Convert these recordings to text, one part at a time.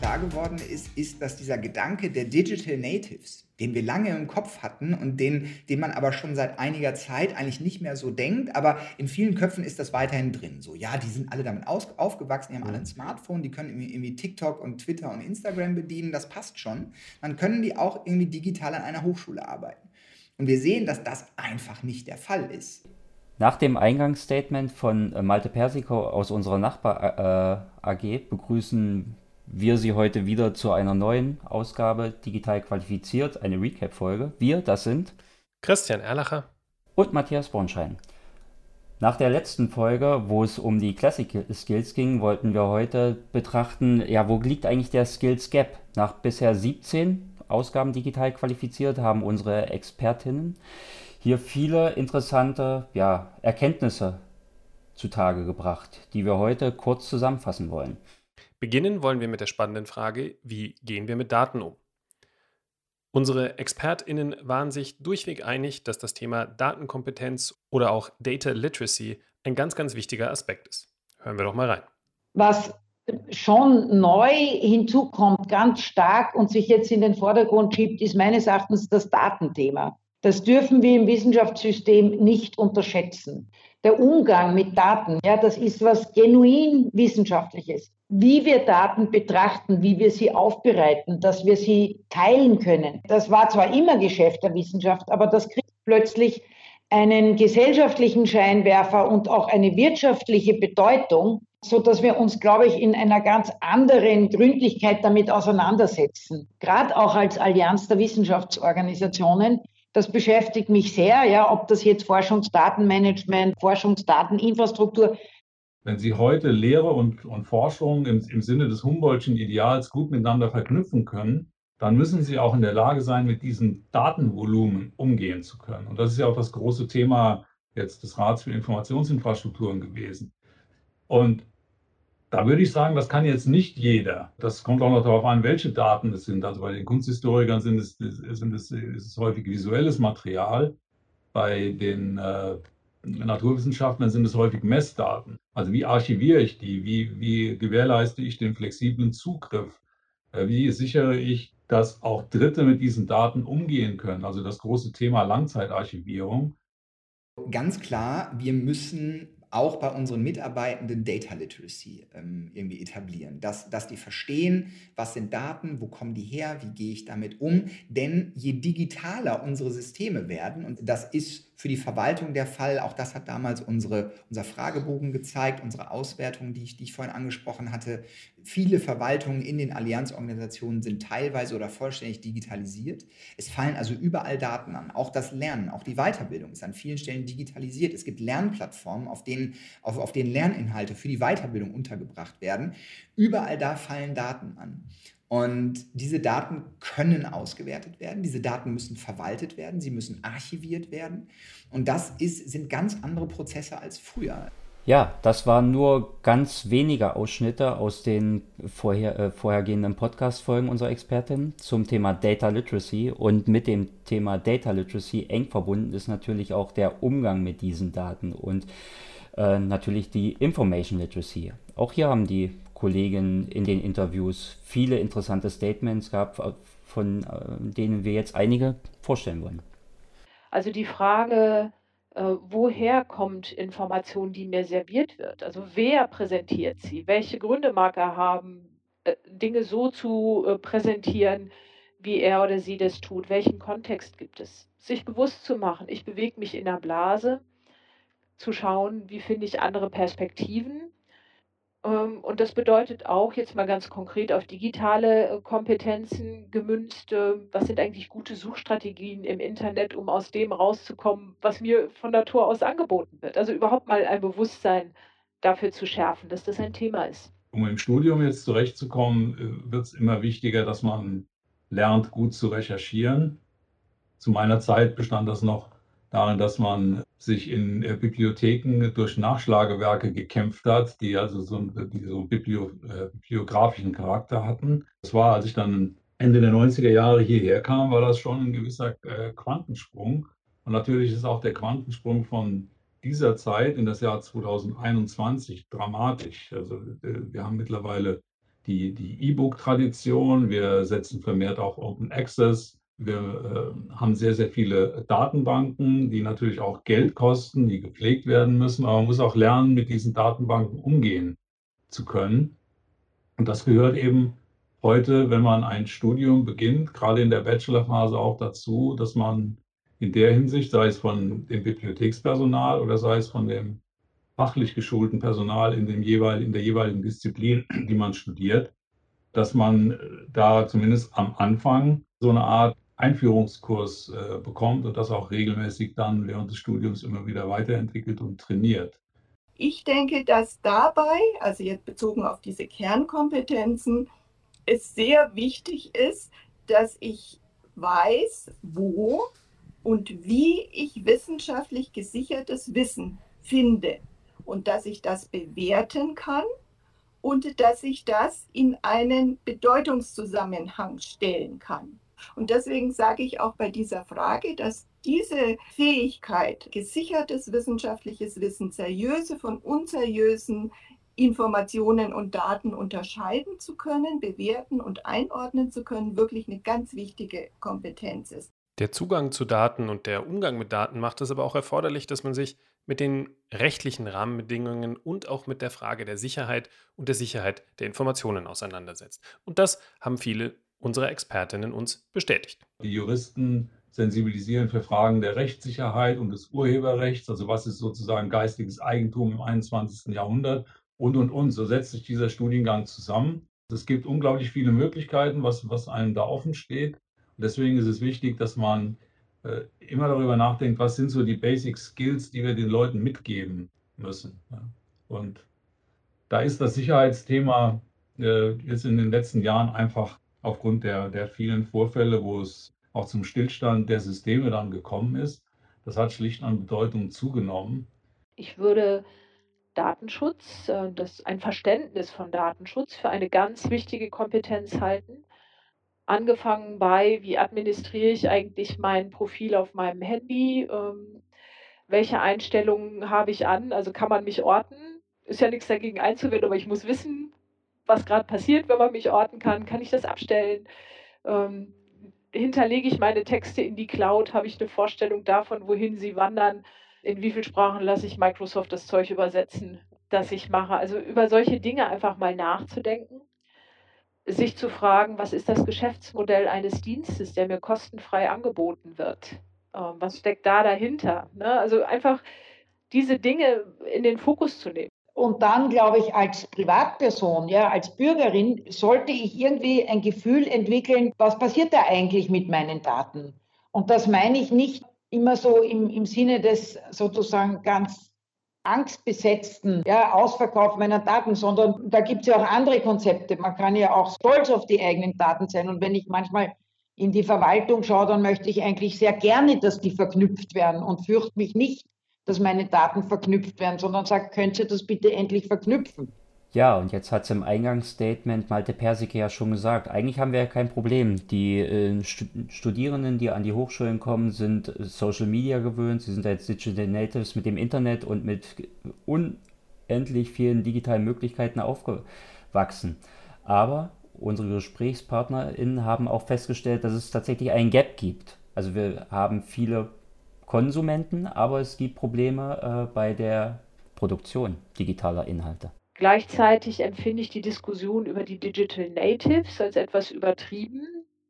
klar geworden ist, dass dieser Gedanke der Digital Natives, den wir lange im Kopf hatten und den man aber schon seit einiger Zeit eigentlich nicht mehr so denkt, aber in vielen Köpfen ist das weiterhin drin. So, ja, die sind alle damit aufgewachsen, die haben alle ein Smartphone, die können irgendwie TikTok und Twitter und Instagram bedienen, das passt schon. Dann können die auch irgendwie digital an einer Hochschule arbeiten. Und wir sehen, dass das einfach nicht der Fall ist. Nach dem Eingangsstatement von Malte Persikow aus unserer Nachbar-AG begrüßen wir Sie heute wieder zu einer neuen Ausgabe Digital Qualifiziert, eine Recap-Folge. Wir, das sind Christian Erlacher und Matthias Bornschein. Nach der letzten Folge, wo es um die Classic Skills ging, wollten wir heute betrachten, ja, wo liegt eigentlich der Skills Gap? Nach bisher 17 Ausgaben digital qualifiziert haben unsere Expertinnen hier viele interessante Erkenntnisse zutage gebracht, die wir heute kurz zusammenfassen wollen. Beginnen wollen wir mit der spannenden Frage, wie gehen wir mit Daten um? Unsere ExpertInnen waren sich durchweg einig, dass das Thema Datenkompetenz oder auch Data Literacy ein ganz, ganz wichtiger Aspekt ist. Hören wir doch mal rein. Was schon neu hinzukommt, ganz stark und sich jetzt in den Vordergrund schiebt, ist meines Erachtens das Datenthema. Das dürfen wir im Wissenschaftssystem nicht unterschätzen. Der Umgang mit Daten, ja, das ist was genuin Wissenschaftliches. Wie wir Daten betrachten, wie wir sie aufbereiten, dass wir sie teilen können. Das war zwar immer Geschäft der Wissenschaft, aber das kriegt plötzlich einen gesellschaftlichen Scheinwerfer und auch eine wirtschaftliche Bedeutung, so dass wir uns, glaube ich, in einer ganz anderen Gründlichkeit damit auseinandersetzen. Gerade auch als Allianz der Wissenschaftsorganisationen. Das beschäftigt mich sehr, ja, ob das jetzt Forschungsdatenmanagement, Forschungsdateninfrastruktur. Wenn Sie heute Lehre und Forschung im Sinne des Humboldtschen Ideals gut miteinander verknüpfen können, dann müssen Sie auch in der Lage sein, mit diesem Datenvolumen umgehen zu können. Und das ist ja auch das große Thema jetzt des Rats für Informationsinfrastrukturen gewesen. Und da würde ich sagen, das kann jetzt nicht jeder. Das kommt auch noch darauf an, welche Daten es sind. Also bei den Kunsthistorikern ist es häufig visuelles Material. Bei den Naturwissenschaftlern sind es häufig Messdaten. Also wie archiviere ich die? Wie gewährleiste ich den flexiblen Zugriff? Wie sichere ich, dass auch Dritte mit diesen Daten umgehen können? Also das große Thema Langzeitarchivierung. Ganz klar, wir müssen auch bei unseren Mitarbeitenden Data Literacy irgendwie etablieren, dass die verstehen, was sind Daten, wo kommen die her, wie gehe ich damit um, denn je digitaler unsere Systeme werden, und das ist für die Verwaltung der Fall, auch das hat damals unser Fragebogen gezeigt, unsere Auswertung, die ich vorhin angesprochen hatte, viele Verwaltungen in den Allianzorganisationen sind teilweise oder vollständig digitalisiert. Es fallen also überall Daten an, auch das Lernen, auch die Weiterbildung ist an vielen Stellen digitalisiert. Es gibt Lernplattformen, auf denen Lerninhalte für die Weiterbildung untergebracht werden. Überall da fallen Daten an. Und diese Daten können ausgewertet werden, diese Daten müssen verwaltet werden, sie müssen archiviert werden. Und das sind ganz andere Prozesse als früher. Ja, das waren nur ganz wenige Ausschnitte aus den vorhergehenden Podcast-Folgen unserer Expertin zum Thema Data Literacy. Und mit dem Thema Data Literacy eng verbunden ist natürlich auch der Umgang mit diesen Daten und natürlich die Information Literacy. Auch hier haben die Kollegen in den Interviews viele interessante Statements gehabt, von denen wir jetzt einige vorstellen wollen. Also die Frage, woher kommt Information, die mir serviert wird? Also wer präsentiert sie? Welche Gründe mag er haben, Dinge so zu präsentieren, wie er oder sie das tut? Welchen Kontext gibt es? Sich bewusst zu machen, ich bewege mich in einer Blase, zu schauen, wie finde ich andere Perspektiven. Und das bedeutet auch jetzt mal ganz konkret auf digitale Kompetenzen gemünzt, was sind eigentlich gute Suchstrategien im Internet, um aus dem rauszukommen, was mir von Natur aus angeboten wird. Also überhaupt mal ein Bewusstsein dafür zu schärfen, dass das ein Thema ist. Um im Studium jetzt zurechtzukommen, wird es immer wichtiger, dass man lernt, gut zu recherchieren. Zu meiner Zeit bestand das noch darin, dass man sich in Bibliotheken durch Nachschlagewerke gekämpft hat, die also so einen bibliografischen Charakter hatten. Das war, als ich dann Ende der 90er Jahre hierher kam, war das schon ein gewisser Quantensprung. Und natürlich ist auch der Quantensprung von dieser Zeit in das Jahr 2021 dramatisch. Also wir haben mittlerweile die E-Book-Tradition, wir setzen vermehrt auf Open Access. Wir haben sehr, sehr viele Datenbanken, die natürlich auch Geld kosten, die gepflegt werden müssen. Aber man muss auch lernen, mit diesen Datenbanken umgehen zu können. Und das gehört eben heute, wenn man ein Studium beginnt, gerade in der Bachelorphase auch dazu, dass man in der Hinsicht, sei es von dem Bibliothekspersonal oder sei es von dem fachlich geschulten Personal in der jeweiligen Disziplin, die man studiert, dass man da zumindest am Anfang so eine Art Einführungskurs bekommt und das auch regelmäßig dann während des Studiums immer wieder weiterentwickelt und trainiert. Ich denke, dass dabei, also jetzt bezogen auf diese Kernkompetenzen, es sehr wichtig ist, dass ich weiß, wo und wie ich wissenschaftlich gesichertes Wissen finde und dass ich das bewerten kann und dass ich das in einen Bedeutungszusammenhang stellen kann. Und deswegen sage ich auch bei dieser Frage, dass diese Fähigkeit, gesichertes wissenschaftliches Wissen, seriöse von unseriösen Informationen und Daten unterscheiden zu können, bewerten und einordnen zu können, wirklich eine ganz wichtige Kompetenz ist. Der Zugang zu Daten und der Umgang mit Daten macht es aber auch erforderlich, dass man sich mit den rechtlichen Rahmenbedingungen und auch mit der Frage der Sicherheit und der Sicherheit der Informationen auseinandersetzt. Und das haben viele unserer Expertinnen uns bestätigt. Die Juristen sensibilisieren für Fragen der Rechtssicherheit und des Urheberrechts, also was ist sozusagen geistiges Eigentum im 21. Jahrhundert und. So setzt sich dieser Studiengang zusammen. Es gibt unglaublich viele Möglichkeiten, was einem da offen steht. Und deswegen ist es wichtig, dass man immer darüber nachdenkt, was sind so die Basic Skills, die wir den Leuten mitgeben müssen. Ja. Und da ist das Sicherheitsthema jetzt in den letzten Jahren einfach aufgrund der vielen Vorfälle, wo es auch zum Stillstand der Systeme dann gekommen ist, das hat schlicht an Bedeutung zugenommen. Ich würde Datenschutz, ein Verständnis von Datenschutz für eine ganz wichtige Kompetenz halten. Angefangen bei, wie administriere ich eigentlich mein Profil auf meinem Handy? Welche Einstellungen habe ich an? Also kann man mich orten? Ist ja nichts dagegen einzuwenden, aber ich muss wissen, was gerade passiert, wenn man mich orten kann. Kann ich das abstellen? Hinterlege ich meine Texte in die Cloud? Habe ich eine Vorstellung davon, wohin sie wandern? In wie vielen Sprachen lasse ich Microsoft das Zeug übersetzen, das ich mache? Also über solche Dinge einfach mal nachzudenken. Sich zu fragen, was ist das Geschäftsmodell eines Dienstes, der mir kostenfrei angeboten wird? Was steckt da dahinter? Ne? Also einfach diese Dinge in den Fokus zu nehmen. Und dann, glaube ich, als Privatperson, ja, als Bürgerin, sollte ich irgendwie ein Gefühl entwickeln, was passiert da eigentlich mit meinen Daten? Und das meine ich nicht immer so im Sinne des sozusagen ganz angstbesetzten Ausverkauf meiner Daten, sondern da gibt es ja auch andere Konzepte. Man kann ja auch stolz auf die eigenen Daten sein. Und wenn ich manchmal in die Verwaltung schaue, dann möchte ich eigentlich sehr gerne, dass die verknüpft werden und fürchte mich nicht, dass meine Daten verknüpft werden, sondern sagt, könnt ihr das bitte endlich verknüpfen? Ja, und jetzt hat es im Eingangsstatement Malte Persicke ja schon gesagt, eigentlich haben wir ja kein Problem. Die Studierenden, die an die Hochschulen kommen, sind Social Media gewöhnt, sie sind jetzt Digital Natives mit dem Internet und mit unendlich vielen digitalen Möglichkeiten aufgewachsen. Aber unsere GesprächspartnerInnen haben auch festgestellt, dass es tatsächlich einen Gap gibt. Also wir haben viele Konsumenten, aber es gibt Probleme bei der Produktion digitaler Inhalte. Gleichzeitig empfinde ich die Diskussion über die Digital Natives als etwas übertrieben,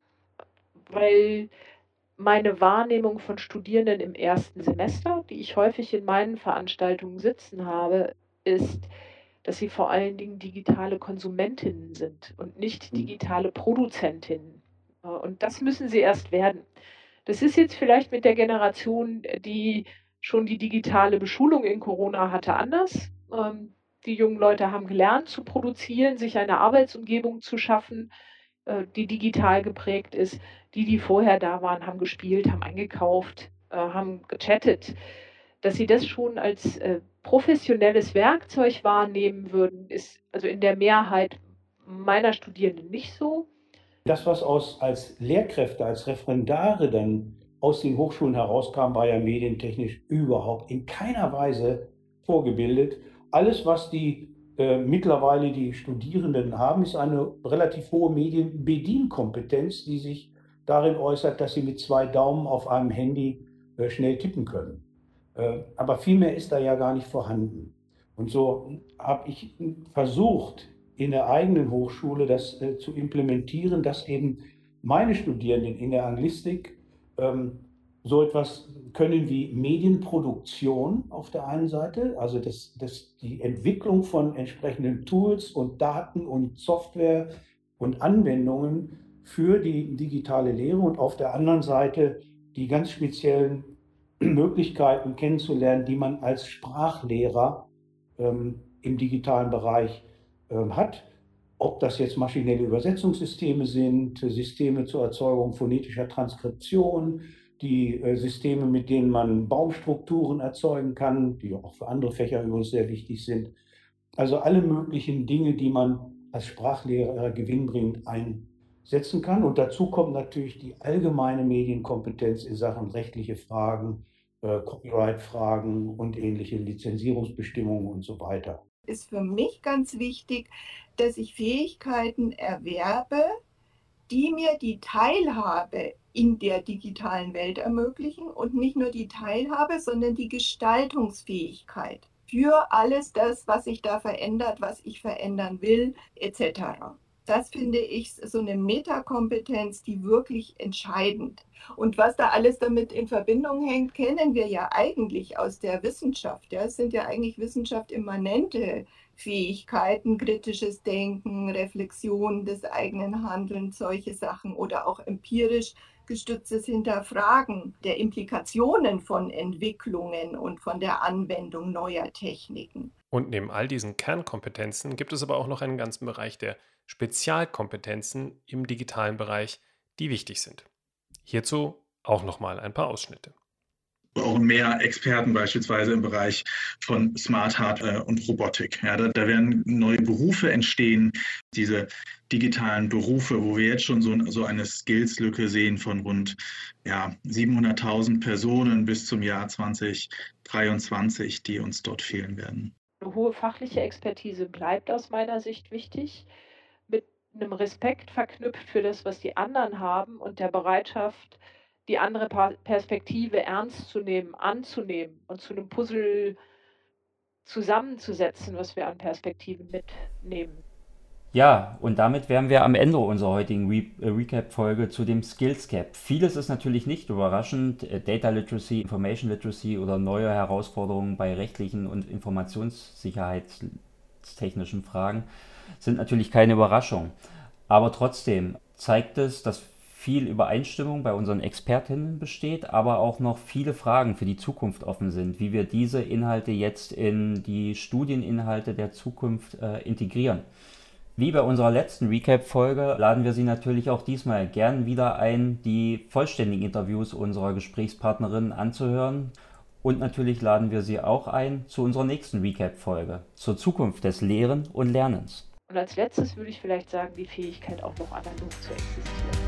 weil meine Wahrnehmung von Studierenden im ersten Semester, die ich häufig in meinen Veranstaltungen sitzen habe, ist, dass sie vor allen Dingen digitale Konsumentinnen sind und nicht digitale Produzentinnen. Und das müssen sie erst werden. Das ist jetzt vielleicht mit der Generation, die schon die digitale Beschulung in Corona hatte, anders. Die jungen Leute haben gelernt zu produzieren, sich eine Arbeitsumgebung zu schaffen, die digital geprägt ist. Die vorher da waren, haben gespielt, haben eingekauft, haben gechattet. Dass sie das schon als professionelles Werkzeug wahrnehmen würden, ist also in der Mehrheit meiner Studierenden nicht so. Das, was als Lehrkräfte, als Referendare dann aus den Hochschulen herauskam, war ja medientechnisch überhaupt in keiner Weise vorgebildet. Alles, was die mittlerweile die Studierenden haben, ist eine relativ hohe Medienbedienkompetenz, die sich darin äußert, dass sie mit 2 Daumen auf einem Handy schnell tippen können. Aber viel mehr ist da ja gar nicht vorhanden. Und so habe ich versucht, in der eigenen Hochschule das zu implementieren, dass eben meine Studierenden in der Anglistik so etwas können wie Medienproduktion auf der einen Seite, also die Entwicklung von entsprechenden Tools und Daten und Software und Anwendungen für die digitale Lehre und auf der anderen Seite die ganz speziellen Möglichkeiten kennenzulernen, die man als Sprachlehrer im digitalen Bereich hat. Ob das jetzt maschinelle Übersetzungssysteme sind, Systeme zur Erzeugung phonetischer Transkription, die Systeme, mit denen man Baumstrukturen erzeugen kann, die auch für andere Fächer übrigens sehr wichtig sind. Also alle möglichen Dinge, die man als Sprachlehrer gewinnbringend einsetzen kann. Und dazu kommt natürlich die allgemeine Medienkompetenz in Sachen rechtliche Fragen, Copyright-Fragen und ähnliche Lizenzierungsbestimmungen und so weiter. Ist für mich ganz wichtig, dass ich Fähigkeiten erwerbe, die mir die Teilhabe in der digitalen Welt ermöglichen und nicht nur die Teilhabe, sondern die Gestaltungsfähigkeit für alles das, was sich da verändert, was ich verändern will, etc. Das finde ich so eine Metakompetenz, die wirklich entscheidend. Und was da alles damit in Verbindung hängt, kennen wir ja eigentlich aus der Wissenschaft. Ja? Es sind ja eigentlich wissenschaftsimmanente Fähigkeiten, kritisches Denken, Reflexion des eigenen Handelns, solche Sachen oder auch empirisch gestütztes Hinterfragen der Implikationen von Entwicklungen und von der Anwendung neuer Techniken. Und neben all diesen Kernkompetenzen gibt es aber auch noch einen ganzen Bereich der Spezialkompetenzen im digitalen Bereich, die wichtig sind. Hierzu auch nochmal ein paar Ausschnitte. Auch mehr Experten beispielsweise im Bereich von Smart Hardware und Robotik. Ja, da werden neue Berufe entstehen, diese digitalen Berufe, wo wir jetzt schon so eine Skills-Lücke sehen von rund 700.000 Personen bis zum Jahr 2023, die uns dort fehlen werden. Eine hohe fachliche Expertise bleibt aus meiner Sicht wichtig, mit einem Respekt verknüpft für das, was die anderen haben und der Bereitschaft, die andere Perspektive ernst zu nehmen, anzunehmen und zu einem Puzzle zusammenzusetzen, was wir an Perspektiven mitnehmen. Ja, und damit wären wir am Ende unserer heutigen Recap-Folge zu dem Skills Gap. Vieles ist natürlich nicht überraschend. Data Literacy, Information Literacy oder neue Herausforderungen bei rechtlichen und informationssicherheitstechnischen Fragen sind natürlich keine Überraschung. Aber trotzdem zeigt es, dass viel Übereinstimmung bei unseren Expertinnen besteht, aber auch noch viele Fragen für die Zukunft offen sind, wie wir diese Inhalte jetzt in die Studieninhalte der Zukunft integrieren. Wie bei unserer letzten Recap-Folge laden wir Sie natürlich auch diesmal gern wieder ein, die vollständigen Interviews unserer Gesprächspartnerinnen anzuhören. Und natürlich laden wir Sie auch ein zu unserer nächsten Recap-Folge, zur Zukunft des Lehren und Lernens. Und als letztes würde ich vielleicht sagen, die Fähigkeit auch noch analog zu existieren.